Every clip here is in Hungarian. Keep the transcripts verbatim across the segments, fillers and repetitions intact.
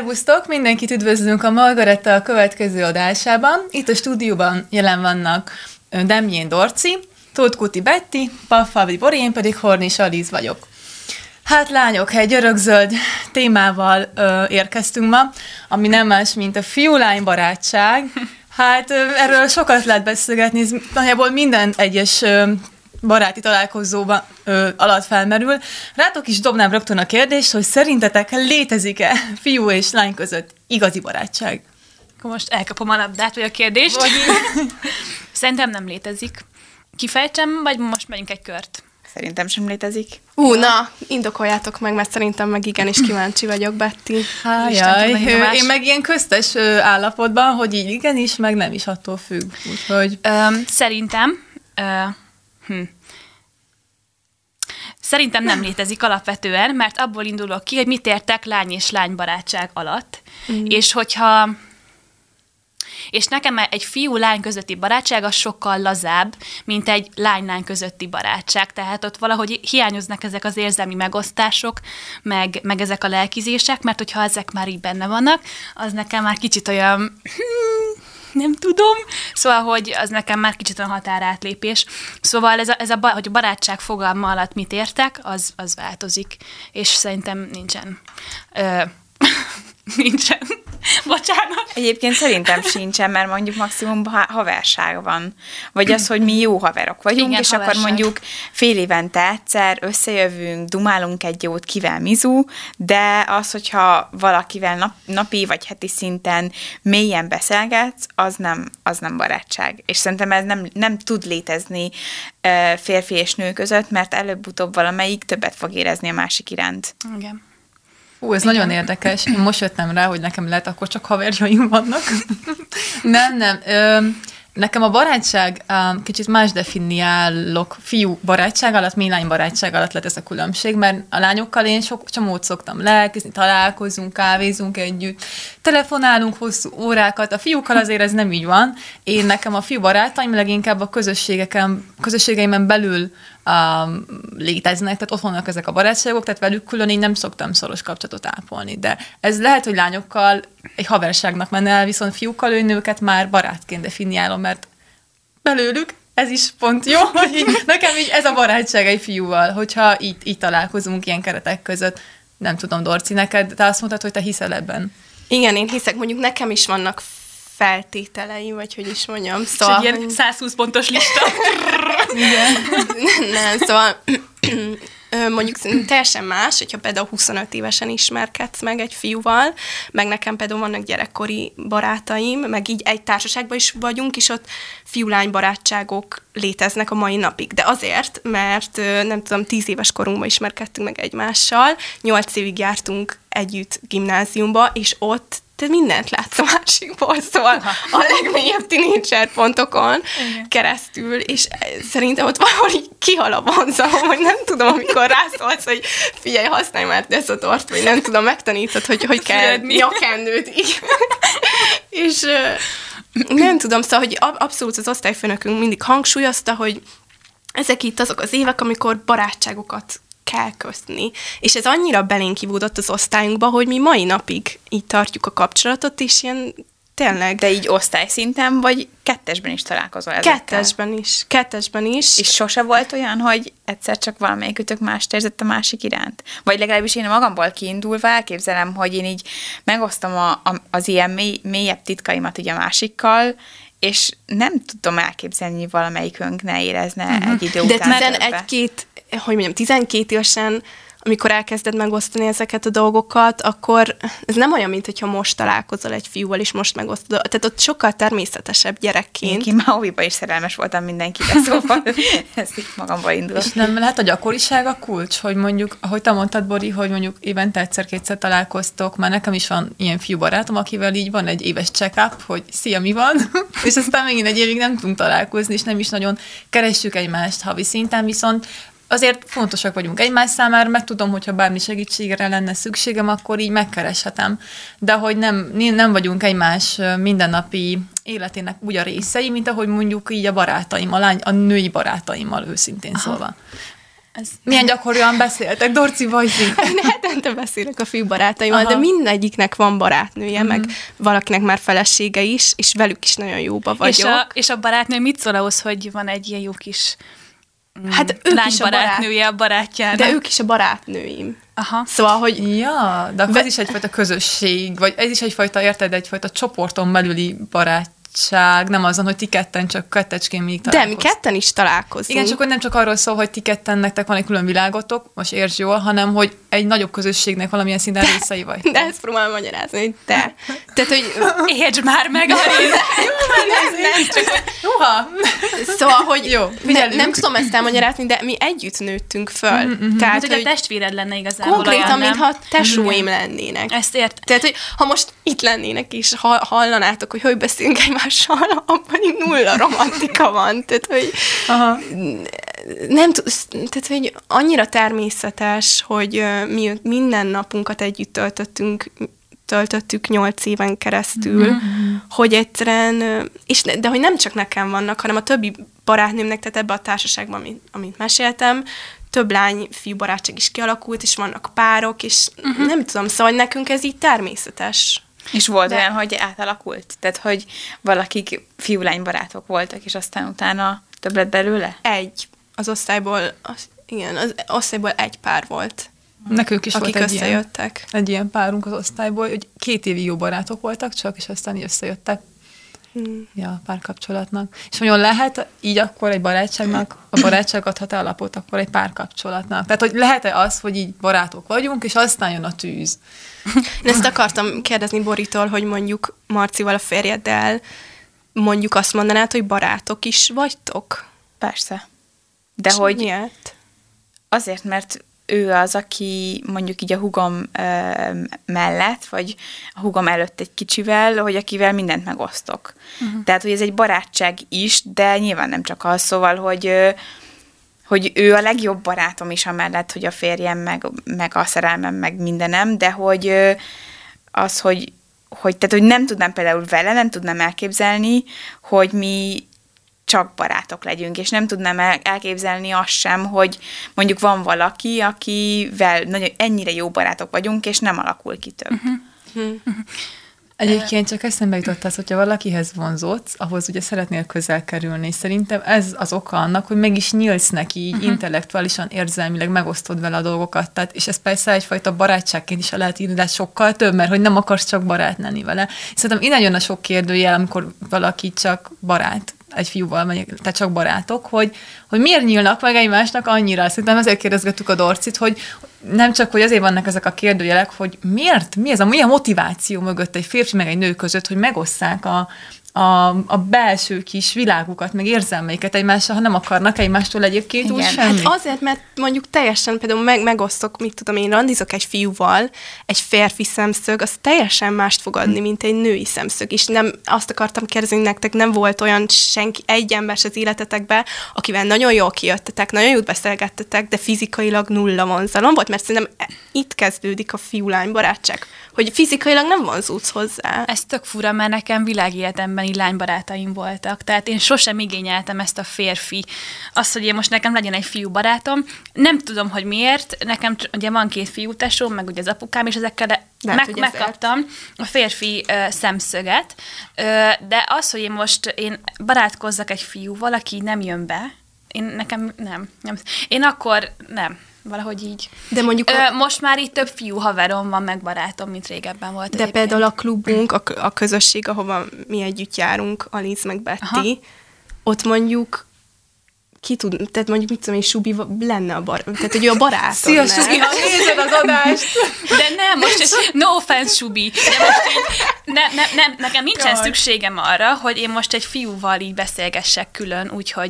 Szervusztok! Mindenkit üdvözlünk a Margaretta a következő adásában. Itt a stúdióban jelen vannak Demjén Dorci, Tóth Kuti Betty, Paffavi Bori, én pedig Hornis Aliz vagyok. Hát lányok, egy örökzöld témával ö, érkeztünk ma, ami nem más, mint a fiú-lány barátság. Hát ö, erről sokat lehet beszélgetni, ez nagyjából minden egyes ö, baráti találkozóban ö, alatt felmerül. Rátok is dobnám rögtön a kérdést, hogy szerintetek létezik-e fiú és lány között igazi barátság? Akkor most elkapom a labdát, vagy a kérdést. Vagy... Szerintem nem létezik. Kifejtsem, vagy most megyünk egy kört? Szerintem sem létezik. Ú, na, indokoljátok meg, mert szerintem meg igenis kíváncsi vagyok, Betty. Hájjaj, én meg ilyen köztes állapotban, hogy így igenis, meg nem is attól függ. Úgyhogy... Öm, szerintem... Ö, hm. Szerintem nem létezik alapvetően, mert abból indulok ki, hogy mit értek lány és lány barátság alatt. Mm. És hogyha... És nekem egy fiú-lány közötti barátság az sokkal lazább, mint egy lány-lány közötti barátság. Tehát ott valahogy hiányoznak ezek az érzelmi megosztások, meg, meg ezek a lelkizések, mert hogyha ezek már így benne vannak, az nekem már kicsit olyan... Hmm, nem tudom. Szóval, hogy az nekem már kicsit olyan határátlépés. Szóval ez a, ez a, hogy a barátság fogalma alatt mit értek, az, az változik. És szerintem nincsen... Ö, nincsen. Bocsánat. Egyébként szerintem sincsen, mert mondjuk maximum ha- haverság van. Vagy az, hogy mi jó haverok vagyunk, igen, és haverság. Akkor mondjuk fél évente egyszer összejövünk, dumálunk egy jót, kivel mizu, de az, hogyha valakivel nap, napi vagy heti szinten mélyen beszélgetsz, az nem, az nem barátság. És szerintem ez nem, nem tud létezni uh, férfi és nő között, mert előbb-utóbb valamelyik többet fog érezni a másik iránt. Igen. Hú, ez igen. Nagyon érdekes. Én most jöttem rá, hogy nekem lehet, akkor csak haverjaim vannak. nem, nem. Ö, nekem a barátság ö, kicsit más definiálok. Fiú barátság alatt, mi lány barátság alatt lett ez a különbség, mert a lányokkal én sok csomót szoktam lelkezni, találkozunk, kávézunk együtt, telefonálunk hosszú órákat. A fiúkkal azért ez nem így van. Én nekem a fiú barátaim leginkább a közösségeken, közösségeimen belül Um, léteznek, tehát ott vannak ezek a barátságok, tehát velük külön én nem szoktam szoros kapcsolatot ápolni, de ez lehet, hogy lányokkal egy haverságnak menne el, viszont fiúkkal ő nőket már barátként definiálom, mert belőlük ez is pont jó, hogy így, nekem így ez a barátság egy fiúval, hogyha így, így találkozunk ilyen keretek között. Nem tudom, Dorci, neked, te azt mondtad, hogy te hiszel ebben. Igen, én hiszek, mondjuk nekem is vannak feltételeim, vagy hogy is mondjam. Szóval, és egy ilyen százhúsz pontos lista. Igen. Nem, szóval mondjuk teljesen más, hogyha például huszonöt évesen ismerkedsz meg egy fiúval, meg nekem például vannak gyerekkori barátaim, meg így egy társaságban is vagyunk, és ott fiú-lány barátságok léteznek a mai napig. De azért, mert nem tudom, tíz éves korunkban ismerkedtünk meg egymással, nyolc évig jártunk együtt gimnáziumba, és ott te mindent látsz a másikból, szóval a legmélyebb tínédzser pontokon igen. keresztül, és szerintem ott valahogy kihal a vonzalom, hogy nem tudom, amikor rászólsz, hogy figyelj, használj már deszotort, vagy nem tudom, megtanítod, hogy hogy kell nyakkendőt, így. És nem tudom, szóval, hogy abszolút az osztályfőnökünk mindig hangsúlyozta, hogy ezek itt azok az évek, amikor barátságokat kell kötni. És ez annyira belénk kivódott az osztályunkba, hogy mi mai napig így tartjuk a kapcsolatot, és ilyen tényleg... De így osztályszinten, vagy kettesben is találkozol ezekkel? Kettesben is. Kettesben is. És sose volt olyan, hogy egyszer csak valamelyikütök mást érzett a másik iránt? Vagy legalábbis én magamból kiindulva elképzelem, hogy én így megosztom a, a, az ilyen mély, mélyebb titkaimat ugye a másikkal, és nem tudom elképzelni, hogy valamelyikünk ne érezne uh-huh. egy idő De után. De tizenegy-két, hogy mondjam, tizenkét évesen, amikor elkezded megosztani ezeket a dolgokat, akkor ez nem olyan, mint hogyha most találkozol egy fiúval, és most megosztod. Tehát ott sokkal természetesebb gyerekként. Én ki már óviba is szerelmes voltam mindenkibe, szóval ez így magamból indul. És nem lehet a gyakoriság a kulcs, hogy mondjuk, ahogy te mondtad, Bori, hogy mondjuk évente egyszer-kétszer találkoztok, már nekem is van ilyen fiú barátom, akivel így van egy éves check-up, hogy szia, mi van? És aztán megint egy évig nem tudunk találkozni, és nem is nagyon keressük egymást havi szinten, viszont azért fontosak vagyunk egymás számára, meg tudom, hogyha bármi segítségre lenne szükségem, akkor így megkereshetem. De hogy nem, nem vagyunk egymás mindennapi életének úgy a részei, mint ahogy mondjuk így a barátaim, a, lány, a női barátaimmal őszintén Aha. szólva. Ez... Milyen gyakorian beszéltek, Dorci Vajzi? Hetente beszélek a fiú barátaimmal, Aha. de mindegyiknek van barátnője, mm-hmm. meg valakinek már felesége is, és velük is nagyon jóba vagyok. És a, és a barátnő mit szól ahhoz, hogy van egy ilyen jó kis mm, hát ők is a barátnője a barátjának? De ők is a barátnőim. Aha. Szóval, hogy... Ja, de akkor ez is egyfajta közösség, vagy ez is egyfajta, érted, egyfajta csoporton belüli barát. Nem azon, hogy ti ketten csak kettecskén még találkozunk. De mi ketten is találkozunk. Igen, csak hogy nem csak arról szól, hogy ti ketten nektek van egy külön világotok, most értsd jól, hanem hogy egy nagyobb közösségnek valamilyen szinten részei vagy. De ezt próbálom magyarázni, hogy te. Tehát, hogy értsd már meg a részt. nem csak, hogy... Uha! Szóval, hogy jó, ne, nem tudom ezt elmagyarázni, de mi együtt nőttünk föl. Mm-hmm. Tehát, hogy, hogy a testvéred lenne igazából. Konkrétan, mintha tesóim lennének. Ezt ért. Tehát, hogy ha most itt lennének és hallanátok, hogy hogy beszélünk egymással, abban így nulla romantika van. Tehát, hogy Aha. nem tud, tehát, hogy annyira természetes, hogy mi minden napunkat együtt töltöttünk, töltöttük nyolc éven keresztül, mm-hmm. hogy egyszerűen, és de, de hogy nem csak nekem vannak, hanem a többi barátnőmnek, tehát ebbe a társaságban, amit, amit meséltem, több lány-fiú barátság is kialakult, és vannak párok, és uh-huh. nem tudom, szóval nekünk ez így természetes. És volt de... olyan, hogy átalakult? Tehát, hogy valakik fiú-lány barátok voltak, és aztán utána több lett belőle? Egy. Az osztályból, az, igen, az osztályból egy pár volt. Nekünk is akik volt egy összejöttek. Ilyen, egy ilyen párunk az osztályból, hogy két évig jó barátok voltak csak, és aztán így összejöttek. Hmm. Ja, párkapcsolatnak. És nagyon lehet így akkor egy barátságnak, a barátság adhat-e alapot akkor egy párkapcsolatnak? Tehát, hogy lehet-e az, hogy így barátok vagyunk, és aztán jön a tűz? Én ezt akartam kérdezni Boritól, hogy mondjuk Marcival, a férjeddel mondjuk azt mondanád, hogy barátok is vagytok? Persze. De és hogy... miért? Azért, mert ő az, aki mondjuk így a húgom ö, mellett, vagy a húgom előtt egy kicsivel, hogy akivel mindent megosztok. Uh-huh. Tehát, hogy ez egy barátság is, de nyilván nem csak az, szóval, hogy, ö, hogy ő a legjobb barátom is amellett, hogy a férjem, meg, meg a szerelmem, meg mindenem, de hogy ö, az, hogy, hogy, tehát, hogy nem tudnám például vele, nem tudnám elképzelni, hogy mi csak barátok legyünk, és nem tudnám elképzelni azt sem, hogy mondjuk van valaki, akivel nagyon ennyire jó barátok vagyunk, és nem alakul ki több. Uh-huh. Uh-huh. Egyébként csak eszembe jutott az, hogyha valakihez vonzódsz, ahhoz ugye szeretnél közel kerülni, és szerintem ez az oka annak, hogy meg is nyílsz neki, így uh-huh. intellektuálisan, érzelmileg megosztod vele a dolgokat, tehát, és ez persze egyfajta barátságként is lehet írni, de sokkal több, mert hogy nem akarsz csak barát lenni vele. Szerintem innen jön a sok kérdőjel, amikor valaki csak barát egy fiúval, tehát csak barátok, hogy, hogy miért nyílnak meg egymásnak annyira. Szerintem ezért kérdezgettük a Dorcit, hogy nem csak, hogy azért vannak ezek a kérdőjelek, hogy miért, mi ez a, milyen motiváció mögött egy férfi meg egy nő között, hogy megosszák a, a, a belső kis világukat, meg érzelmeiket egymással, ha nem akarnak egymástól egyébként úgy semmi. Hát azért, mert mondjuk teljesen például meg, megosztok, mit tudom én, randizok egy fiúval, egy férfi szemszög, az teljesen mást fog adni, mint egy női szemszög. És nem, azt akartam kérdezni nektek, nem volt olyan senki, egy ember az életetekben, akivel nagyon jól kijöttetek, nagyon jól beszélgettetek, de fizikailag nulla vonzalom volt, mert szerintem itt kezdődik a fiú-lány barátság, hogy fizikailag nem vonzódsz hozzá. Ez tök fura, mert nekem világéletemben így lánybarátaim voltak. Tehát én sosem igényeltem ezt a férfi. Azt, hogy én most nekem legyen egy fiú barátom. Nem tudom, hogy miért. Nekem ugye van két fiú tesóm, meg ugye az apukám, és ezekkel Lehet, meg, megkaptam a férfi uh, szemszöget. Uh, de az, hogy én most én barátkozzak egy fiúval, aki nem jön be, én nekem nem. nem. Én akkor nem. Valahogy így. De mondjuk a... Ö, most már így több fiú haverom van, meg barátom, mint régebben volt. De egyébként. például a klubunk, a, a közösség, ahova mi együtt járunk, Aliz meg Betty, Aha. ott mondjuk ki tud, tehát mondjuk mit tudom én, Subi lenne a barát, tehát hogy ő a barátom. Szia, Subi, ha nézed az adást! De nem, most ez no offense, Subi, de most így, ne, ne, nem, nekem nincsen Jaj. szükségem arra, hogy én most egy fiúval így beszélgessek külön, úgyhogy,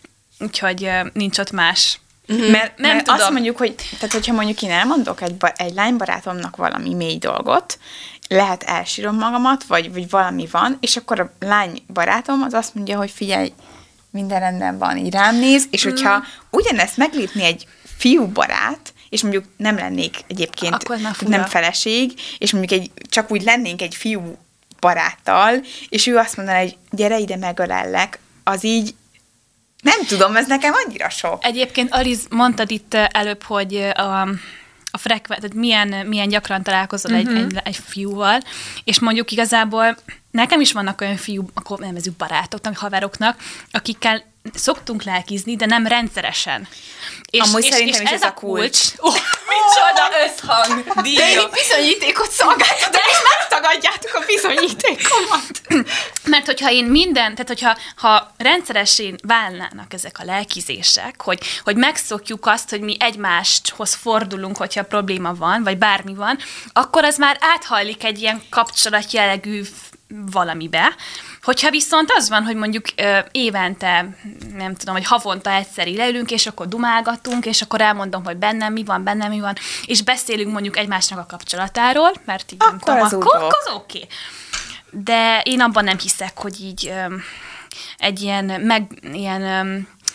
úgyhogy nincs ott más. Mm-hmm. Mert, nem mert tudom. Azt mondjuk, hogy tehát, hogyha mondjuk én elmondok egy, egy lánybarátomnak valami mély dolgot, lehet elsírom magamat, vagy, vagy valami van, és akkor a lánybarátom az azt mondja, hogy figyelj, minden rendben van, így rám néz, és mm. hogyha ugyanezt meglépni egy fiú barát, és mondjuk nem lennék egyébként nem feleség, és mondjuk egy, csak úgy lennénk egy fiú baráttal, és ő azt mondaná, hogy gyere ide, megölellek, az így Nem tudom, ez nekem annyira sok. Egyébként Aliz, mondtad itt előbb, hogy a, a frekven, tehát milyen, milyen gyakran találkozol uh-huh. egy, egy, egy fiúval, és mondjuk igazából nekem is vannak olyan fiú, akkor nevezzük barátoknak, haveroknak, akikkel szoktunk lelkizni, de nem rendszeresen. És, Amúgy és, szerintem és is ez a kulcs. kulcs. Oh, micsoda összhang! De én bizonyítékot szolgáltatok, és megtagadjátok a bizonyítékomat. Mert hogyha én minden, tehát hogyha ha rendszeresen válnának ezek a lelkizések, hogy, hogy megszokjuk azt, hogy mi egymáshoz fordulunk, hogyha probléma van, vagy bármi van, akkor az már áthajlik egy ilyen kapcsolatjellegű valamibe. Hogyha viszont az van, hogy mondjuk ö, évente, nem tudom, hogy havonta egyszer leülünk, és akkor dumálgatunk, és akkor elmondom, hogy bennem mi van, bennem mi van, és beszélünk mondjuk egymásnak a kapcsolatáról, mert így akkor nem az tudom, akkor az oké. Okay. De én abban nem hiszek, hogy így ö, egy ilyen, meg, ilyen ö,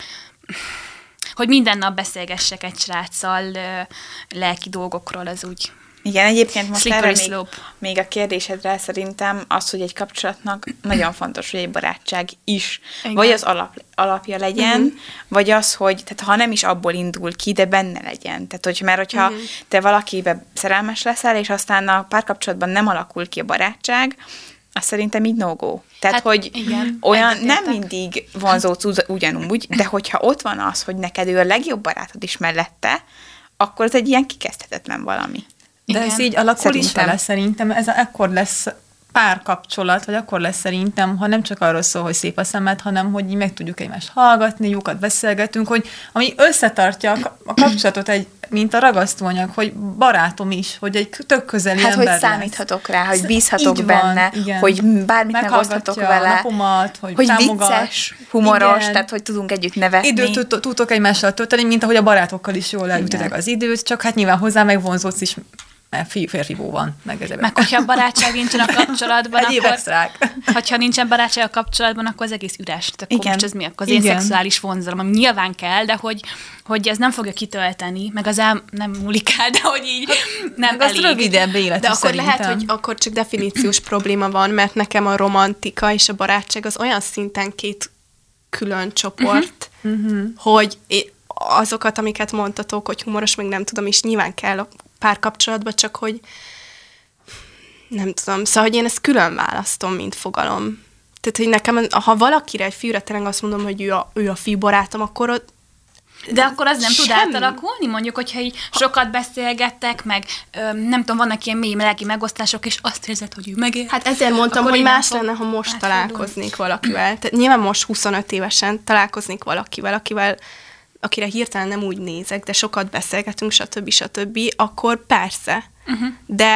hogy minden nap beszélgessek egy sráccal ö, lelki dolgokról, az úgy. Igen, egyébként most erre még, még a kérdésedre szerintem az, hogy egy kapcsolatnak nagyon fontos, hogy egy barátság is, igen. vagy az alap, alapja legyen, uh-huh. vagy az, hogy tehát ha nem is abból indul ki, de benne legyen. Tehát, hogy, mert hogyha uh-huh. te valakibe szerelmes leszel, és aztán a párkapcsolatban nem alakul ki a barátság, az szerintem így no-go. Tehát, hát, hogy igen, olyan nem mindig vonzódsz ugyanúgy, de hogyha ott van az, hogy neked ő a legjobb barátod is mellette, akkor ez egy ilyen kikezdhetetlen valami. De igen. ez így alakul szerintem. is vele szerintem, ez a, ekkor lesz párkapcsolat, vagy akkor lesz szerintem, ha nem csak arról szól, hogy szép a szemed, hanem hogy így meg tudjuk egymást hallgatni, jókat beszélgetünk, hogy ami összetartja a, a kapcsolatot, egy, mint a ragasztóanyag, hogy barátom is, hogy egy tök közeli hát, ember hogy számíthatok rá, hogy bízhatok így benne, van, hogy bármit megoszthatok vele, napomat, hogy, hogy támogat, vicces, humoros, igen. tehát hogy tudunk együtt nevetni. Időt tudtok egymással tölteni, mint ahogy a barátokkal is jól elütitek az időt, csak hát nyilván hozzá megvonzódsz is, mert férfivó van, meg ezzel. Meg hogyha a barátság nincsen a kapcsolatban, egy akkor, hogyha nincsen barátság a kapcsolatban, akkor az egész üres. Akkor igen. most ez mi? Akkor az igen. én szexuális vonzalom, ami nyilván kell, de hogy, hogy ez nem fogja kitölteni, meg az el, nem múlik el, de hogy így nem meg elég. Az rövidebb életű de akkor szerintem. lehet, hogy akkor csak definíciós probléma van, mert nekem a romantika és a barátság az olyan szinten két külön csoport, uh-huh. hogy azokat, amiket mondtatok, hogy humoros, meg nem tudom, és nyilván kell a párkapcsolatban, csak hogy nem tudom, szóval, hogy én ezt külön választom, mint fogalom. Tehát, hogy nekem, ha valakire, egy fiúra tényleg azt mondom, hogy ő a, ő a fiú barátom, akkor ott de akkor az nem semmi. tud átalakulni? Mondjuk, hogyha így sokat beszélgettek, meg ö, nem tudom, vannak ilyen mély lelki megosztások, és azt érzed, hogy ő megér. Hát ezért mondtam, hogy más lenne, ha most találkoznék valakivel. Tehát nyilván most huszonöt évesen találkoznék valakivel, akivel akire hirtelen nem úgy nézek, de sokat beszélgetünk, stb. stb., akkor persze. Uh-huh. De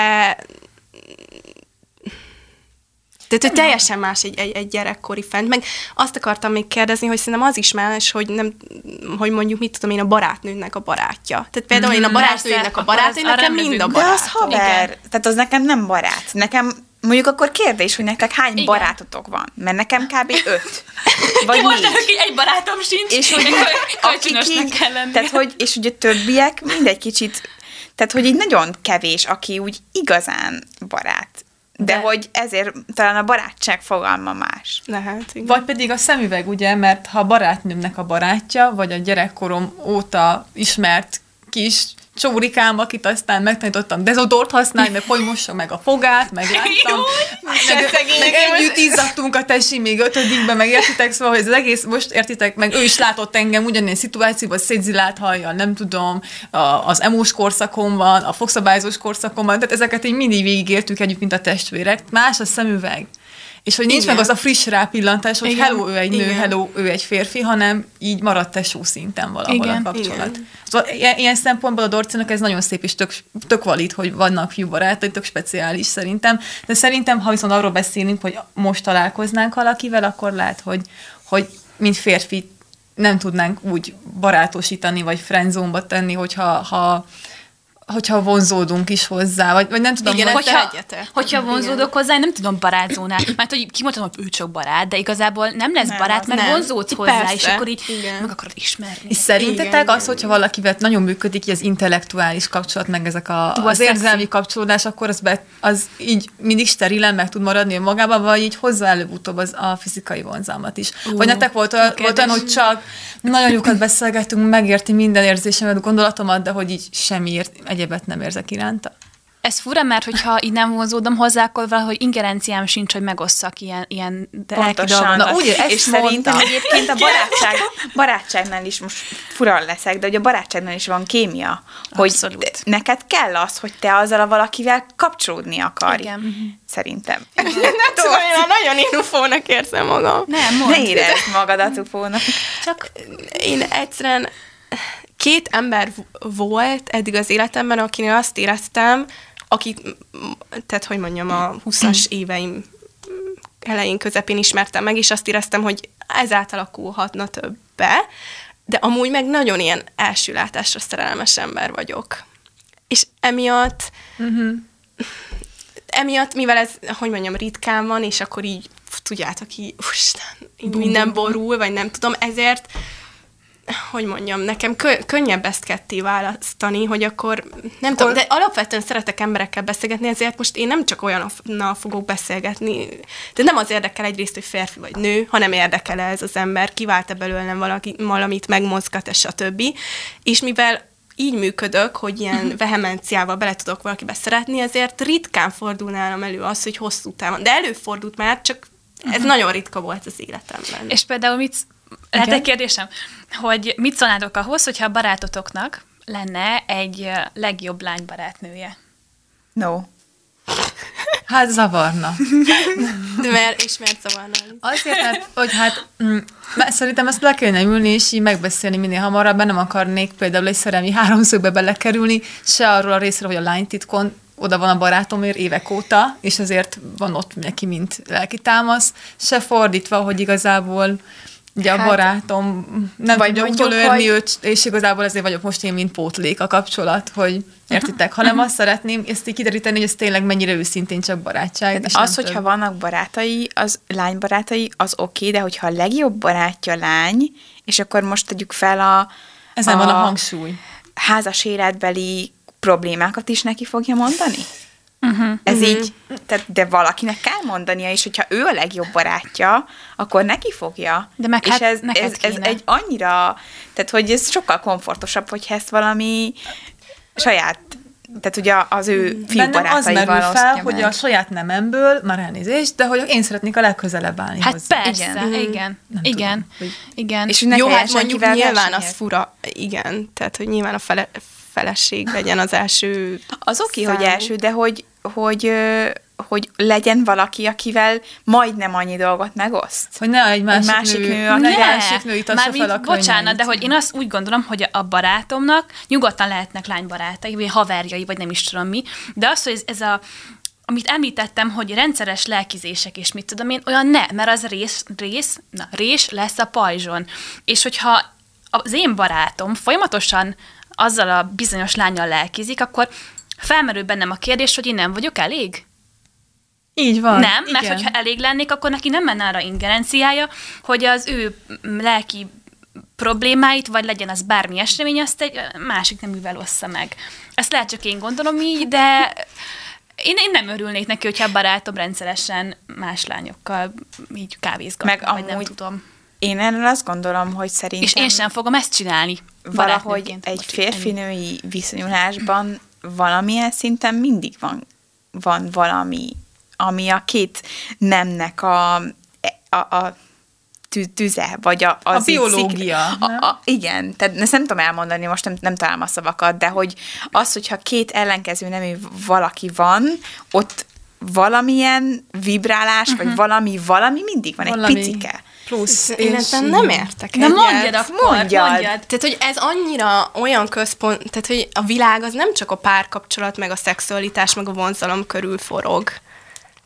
tehát, hogy teljesen más egy, egy, egy gyerekkori fent. Meg azt akartam még kérdezni, hogy szerintem az is más, hogy, nem, hogy mondjuk mit tudom én, a barátnőnek a barátja. Tehát például én a barátnőnek a barátja, nekem mind a barát. De az haver. Igen. Tehát az nekem nem barát. Nekem mondjuk akkor kérdés, hogy nektek hány igen. barátotok van? Mert nekem kb. öt. Vagy most egy barátom sincs, és hogy kölcsönösnek kell lenni. Tehát, hogy, és ugye többiek mindegy kicsit, tehát, hogy így nagyon kevés, aki úgy igazán barát. De, de hogy ezért talán a barátság fogalma más. Lehet, igen. Vagy pedig a szemüveg, ugye, mert ha a barátnőmnek a barátja, vagy a gyerekkorom óta ismert kis csórikám, akit aztán megtanítottam dezodort használni, meg hogy mossa meg a fogát, meg láttam, meg, meg együtt izzadtunk a tesi még ötödikben, meg értitek, szóval, hogy ez az egész, most értitek, meg ő is látott engem ugyanilyen szituációban, szétzilált hajjal, nem tudom, a, az emós korszakomban, a fogszabályozós korszakomban, tehát ezeket így mindig végigértük együtt, mint a testvérek. Más a szemüveg. És hogy nincs igen. meg az a friss rápillantás, hogy igen. hello, ő egy nő, igen. hello, ő egy férfi, hanem így maradt tesó szinten valahol igen. a kapcsolat. Igen. Szóval ilyen szempontból a Dorcinak ez nagyon szép és tök, tök valid, hogy vannak fiú barátai, tök speciális szerintem. De szerintem, ha viszont arról beszélünk, hogy most találkoznánk valakivel, akkor lehet, hogy, hogy mint férfi nem tudnánk úgy barátosítani, vagy friendzone-ba tenni, hogyha ha hogyha vonzódunk is hozzá, vagy, vagy nem tudom, igen, hogy... Hogyha, hogyha vonzódok hozzá, én nem tudom barátzónál. Mert hogy kimondtam, hogy ő csak barát, de igazából nem lesz nem, barát, mert nem. vonzódsz hozzá, persze. és akkor így igen. meg akarod ismerni. És szerintetek igen, az, hogyha valakivel nagyon működik az intellektuális kapcsolat, meg ezek a, az érzelmi kapcsolódás, akkor az, be, az így mindig sterilen meg tud maradni magában, vagy így hozzá előbb-utóbb az a fizikai vonzalmat is. Uh, vagy nektek volt, volt olyan, hogy csak nagyon jókat beszélgettünk, megérti minden érzésemet, gondolatomat, de hogy így semmiért egyebet nem érzek iránta. Ez fura, mert hogyha így nem vonzódom hozzá, akkor valahogy ingerenciám sincs, hogy megosszak ilyen, ilyen lelki dolgokat. Úgy, és szerintem egyébként a barátság, barátságnál is most fura leszek, de hogy a barátságnál is van kémia. Hogy abszolút. Neked kell az, hogy te azzal a valakivel kapcsolódni akarj. Igen. Szerintem. Nem tudom, én nagyon inufónak érzem magam. Nem, mondd. Ne érezd magadat ufónak. Csak én egyszerűen két ember volt eddig az életemben, akinél azt éreztem, akit, tehát hogy mondjam, a huszas éveim elején, közepén ismertem meg, és azt éreztem, hogy ez átalakulhatna többe, de amúgy meg nagyon ilyen első látásra szerelmes ember vagyok. És emiatt, uh-huh. emiatt, mivel ez, hogy mondjam, ritkán van, és akkor így, tudjátok, így, Isten, így minden borul, vagy nem tudom, ezért hogy mondjam, nekem kö- könnyebb ezt ketté választani, hogy akkor nem tudom, de alapvetően szeretek emberekkel beszélgetni, ezért most én nem csak olyannal fogok beszélgetni, de nem az érdekel egyrészt, hogy férfi vagy nő, hanem érdekel ez az ember, kivált-e belőlem valaki, valamit, megmozgat, és stb. És mivel így működök, hogy ilyen vehemenciával bele tudok valakibe szeretni, ezért ritkán fordul nálam elő az, hogy hosszú távon. De előfordult már, csak ez uh-huh. nagyon ritka volt az életemben. És például mit... Lehet egy kérdésem, hogy mit szólnátok ahhoz, hogyha a barátotoknak lenne egy legjobb lánybarátnője? No. Hát zavarna. De mert, és miért zavarna? Azért, mert, hogy hát mm, szerintem ezt le kellene ülni, és így megbeszélni minél hamarabb, mert nem akarnék például egy szerelmi háromszögbe belekerülni, se arról a részről, hogy a lánytitkon oda van a barátomért évek óta, és azért van ott neki, mint lelki támasz, se fordítva, hogy igazából ugye hát, a barátom nem tudja utolérni hogy... őt, és igazából ezért vagyok most én, mint pótlék a kapcsolat, hogy értitek, hanem azt szeretném ezt így kideríteni, hogy ez tényleg mennyire őszintén csak barátság. És az, hogyha több. Vannak barátai, az lánybarátai, az oké, okay, de hogyha a legjobb barátja lány, és akkor most tegyük fel a... Ezen a van a hangsúly. Házas életbeli problémákat is neki fogja mondani? Uh-huh, Ez uh-huh. így, tehát, de valakinek kell mondania, és hogyha ő a legjobb barátja, akkor neki fogja. De meg és hát ez, ez, ez egy annyira, tehát hogy ez sokkal komfortosabb, hogyha ezt valami saját, tehát ugye az ő fiú barátaival az merül fel, hogy a saját nememből, már elnézést, de hogy én szeretnék a legközelebb állni hát hozzá. Persze, igen, igen, nem igen, tudom, hogy... igen. És jó, hát mondjuk nyilván az fura, igen, tehát hogy nyilván a fele, feleség legyen az első az oké, okay, hogy első, de hogy, hogy, hogy legyen valaki, akivel majdnem annyi dolgot megoszt. Hogy ne egy másik, egy másik nő, nő, ne, másik nő itassa fel a bocsánat, de hogy én azt úgy gondolom, hogy a barátomnak nyugodtan lehetnek lánybarátai, vagy haverjai, vagy nem is tudom mi, de az, hogy ez, ez a amit említettem, hogy rendszeres lelkizések, és mit tudom én, olyan ne, mert az rész, rész, na, rés lesz a pajzson. És hogyha az én barátom folyamatosan azzal a bizonyos lánnyal lelkizik, akkor felmerül bennem a kérdés, hogy én nem vagyok elég? Így van. Nem, mert igen. hogyha elég lennék, akkor neki nem menne arra ingerenciája, hogy az ő lelki problémáit, vagy legyen az bármi esemény, azt egy másik neművel ossza meg. Ezt lehet csak én gondolom így, de én, én nem örülnék neki, hogyha a barátom rendszeresen más lányokkal így kávézgat, meg vagy nem tudom. Én erről azt gondolom, hogy szerintem... És én sem fogom ezt csinálni. Valahogy egy férfinői viszonyulásban valamilyen szinten mindig van, van valami, ami a két nemnek a, a, a tüze, vagy a... Az a biológia. A, a, igen, tehát ezt nem tudom elmondani, most nem, nem találom a szavakat, de hogy az, hogyha két ellenkező nemű valaki van, ott valamilyen vibrálás, uh-huh. vagy valami, valami mindig van, valami. Egy picike. Plusz, én ebben nem értek egyet. Na mondjad akkor, mondjad. mondjad. Tehát, hogy ez annyira olyan központ, tehát, hogy a világ az nem csak a párkapcsolat, meg a szexualitás, meg a vonzalom körül forog.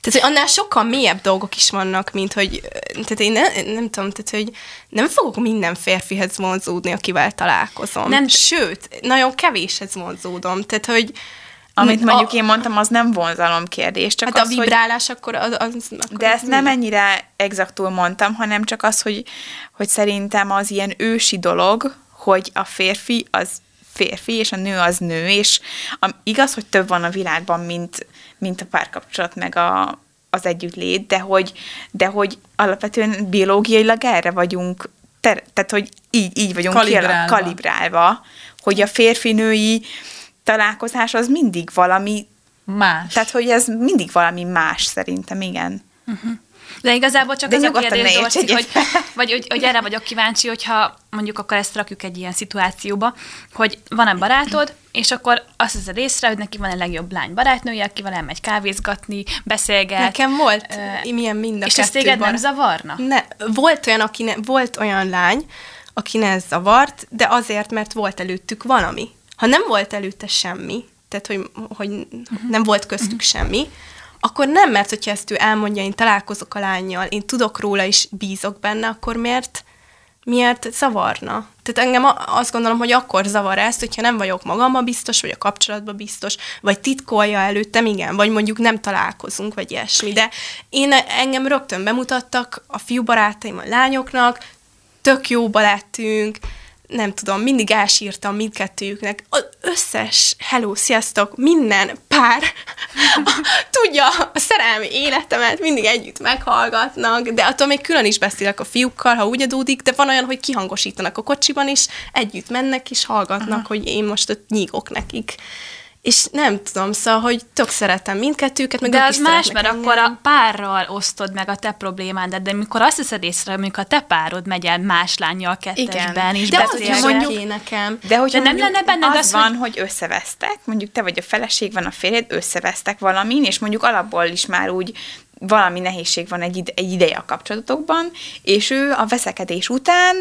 Tehát, hogy annál sokkal mélyebb dolgok is vannak, mint hogy, tehát én ne, nem tudom, tehát, hogy nem fogok minden férfihez vonzódni, akivel találkozom. Nem. Sőt, nagyon kevéshez vonzódom. Tehát, hogy amit mondjuk a, én mondtam, az nem vonzalom kérdés. Csak hát az, a vibrálás hogy, akkor... Az, az, akkor de ezt nem ennyire exaktul mondtam, hanem csak az, hogy, hogy szerintem az ilyen ősi dolog, hogy a férfi az férfi, és a nő az nő, és a, igaz, hogy több van a világban, mint, mint a párkapcsolat, meg a, az együttlét, de hogy, de hogy alapvetően biológiailag erre vagyunk, ter, tehát, hogy így, így vagyunk kalibrálva. kalibrálva, hogy a férfi-női találkozás az mindig valami más. Tehát, hogy ez mindig valami más szerintem, igen. Uh-huh. De igazából csak de az a kérdés, Dorci, hogy, vagy hogy, hogy erre vagyok kíváncsi, hogyha mondjuk akkor ezt rakjuk egy ilyen szituációba, hogy van-e barátod, és akkor azt hiszed észre, hogy neki van a legjobb lány barátnője, akivel elmegy kávézgatni, beszélget. Nekem volt uh, milyen mind a és ez téged nem zavarna? Ne, volt, olyan, aki ne, volt olyan lány, aki ne zavart, de azért, mert volt előttük valami. Ha nem volt előtte semmi, tehát hogy, hogy uh-huh. nem volt köztük uh-huh. semmi, akkor nem, mert hogyha ezt ő elmondja, én találkozok a lánnyal, én tudok róla és bízok benne, akkor miért, miért zavarna? Tehát engem azt gondolom, hogy akkor zavar ezt, hogyha nem vagyok magamban biztos, vagy a kapcsolatban biztos, vagy titkolja előttem, igen, vagy mondjuk nem találkozunk, vagy ilyesmi. De én engem rögtön bemutattak a fiúbarátaim a lányoknak, tök jóba lettünk, nem tudom, mindig elsírtam mindkettőjüknek, az összes, hello, sziasztok, minden pár tudja a szerelmi életemet, mindig együtt meghallgatnak, de attól még külön is beszélek a fiúkkal, ha úgy adódik, de van olyan, hogy kihangosítanak a kocsiban is, együtt mennek és hallgatnak, aha. hogy én most ott nyígok nekik. És nem tudom, szóval, hogy tök szeretem mindkettőket, meg de az más, mert engem. Akkor a párral osztod meg a te problémádat, de mikor azt hiszed észre, amikor a te párod megy el más lánnyal kettesben, és de beszélget. Az mondjuk, nekem. De hogyha de nem lenne benned az, az van, hogy összevesztek, mondjuk te vagy a feleség, van a férjed, összevesztek valamin, és mondjuk alapból is már úgy valami nehézség van egy, ide, egy ideje a kapcsolatokban, és ő a veszekedés után...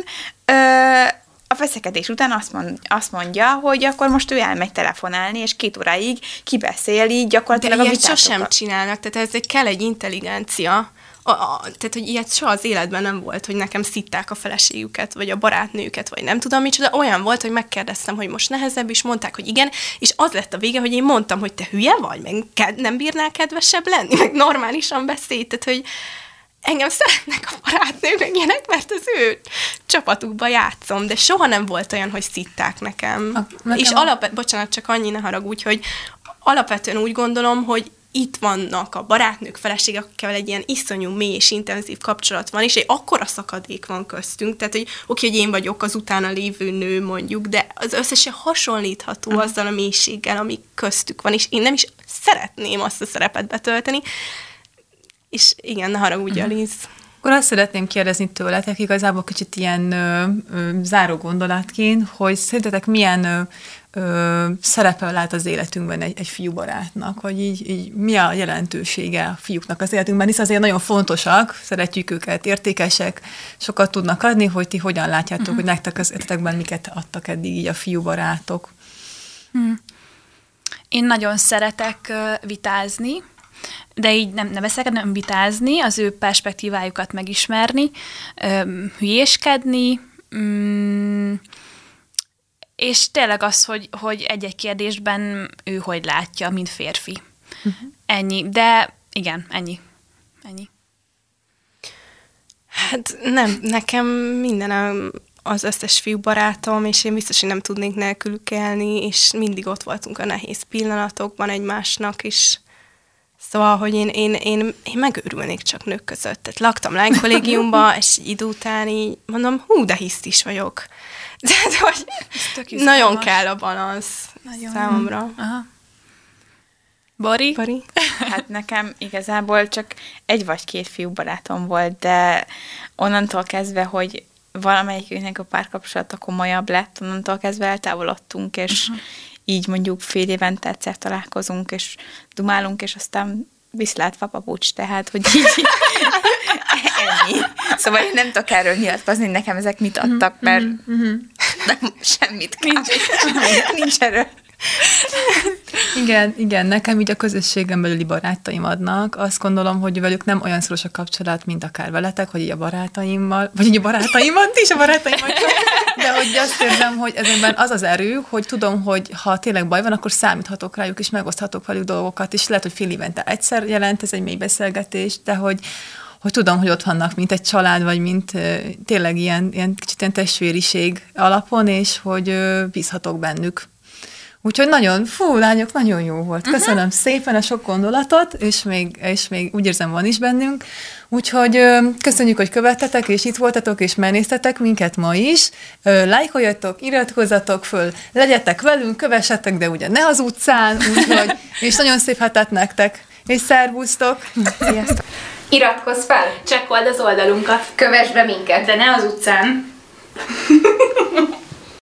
Ö, A veszekedés után azt, mond, azt mondja, hogy akkor most ő elmegy telefonálni, és két óráig kibeszél így gyakorlatilag de a vitátokat. De ilyet sosem csinálnak, tehát ez egy, kell egy intelligencia. A, a, tehát, hogy ilyet soha az életben nem volt, hogy nekem szitták a feleségüket, vagy a barátnőket, vagy nem tudom micsoda. Olyan volt, hogy megkérdeztem, hogy most nehezebb, és mondták, hogy igen, és az lett a vége, hogy én mondtam, hogy te hülye vagy, meg nem bírnál kedvesebb lenni, meg normálisan beszélj, tehát, hogy engem szeretnek a barátnők, meg ilyenek, mert az ő csapatukba játszom, de soha nem volt olyan, hogy szitták nekem. A, nekem és alap, bocsánat, csak annyi, ne haragudj, hogy alapvetően úgy gondolom, hogy itt vannak a barátnők, feleségek, akikkel egy ilyen iszonyú mély és intenzív kapcsolat van, és egy akkora szakadék van köztünk, tehát, hogy oké, hogy én vagyok az utána lévő nő, mondjuk, de az összesen hasonlítható uh-huh. azzal a mélységgel, ami köztük van, és én nem is szeretném azt a szerepet betölteni. És igen, ne haragudj, uh-huh. Aliz. Akkor azt szeretném kérdezni tőletek, igazából kicsit ilyen ö, ö, záró gondolatként, hogy szerintetek milyen ö, ö, szerepe lát az életünkben egy, egy fiúbarátnak, vagy így, így mi a jelentősége a fiúknak az életünkben, hisz azért nagyon fontosak, szeretjük őket, értékesek, sokat tudnak adni, hogy ti hogyan látjátok, uh-huh. hogy nektek az életekben miket adtak eddig így a fiúbarátok. Hmm. Én nagyon szeretek uh, vitázni, de így nem, nem beszélek, nem vitázni, az ő perspektívájukat megismerni, öm, hülyéskedni, mm, és tényleg az, hogy, hogy egy-egy kérdésben ő hogy látja, mint férfi. Uh-huh. Ennyi. De igen, ennyi. Ennyi. Hát nem, nekem mindenem az összes fiú barátom, és én biztos, hogy nem tudnék nélkülük élni, és mindig ott voltunk a nehéz pillanatokban egymásnak is. Szóval, hogy én, én, én, én megőrülnék csak nők között. Tehát laktam lánykollégiumban, és egy idő után így mondom, hú, de hiszt is vagyok. Tehát, hogy nagyon kell a balansz nagyon. Számomra. Aha. Bori? Bori? Hát nekem igazából csak egy vagy két fiú barátom volt, de onnantól kezdve, hogy valamelyikünknek a párkapcsolata komolyabb lett, onnantól kezdve eltávolodtunk, és uh-huh. így mondjuk fél évente egyszer találkozunk, és dumálunk, és aztán viszlát papucs, tehát, hogy így ennyi. Szóval én nem tudok erről nyilatkozni, nekem ezek mit adtak, mert nem, semmit kb. Nincs, nincs erről Igen, igen, nekem így a közösségem belüli barátaim adnak. Azt gondolom, hogy velük nem olyan szoros a kapcsolat, mint akár veletek, hogy így a barátaimmal, vagy így a barátaimat is, a barátaimat de hogy azt érzem, hogy ezekben az az erő, hogy tudom, hogy ha tényleg baj van, akkor számíthatok rájuk, és megoszthatok velük dolgokat, és lehet, hogy fél évente egyszer jelent ez egy mély beszélgetés, de hogy hogy tudom, hogy ott vannak, mint egy család, vagy mint uh, tényleg ilyen, ilyen kicsit ilyen testvériség alapon, és hogy uh, bízhatok bennük. Úgyhogy nagyon, fú, lányok, nagyon jó volt. Köszönöm uh-huh. szépen a sok gondolatot, és még, és még úgy érzem, van is bennünk. Úgyhogy uh, köszönjük, hogy követtetek, és itt voltatok, és megnéztetek minket ma is. Uh, lájkoljatok, iratkozzatok föl, legyetek velünk, kövessetek, de ugye ne az utcán, úgyhogy, és nagyon szép hetet nektek, és szervusztok! Sziasztok! Iratkozz fel! Csekkold az oldalunkat! Kövess be minket! De ne az utcán!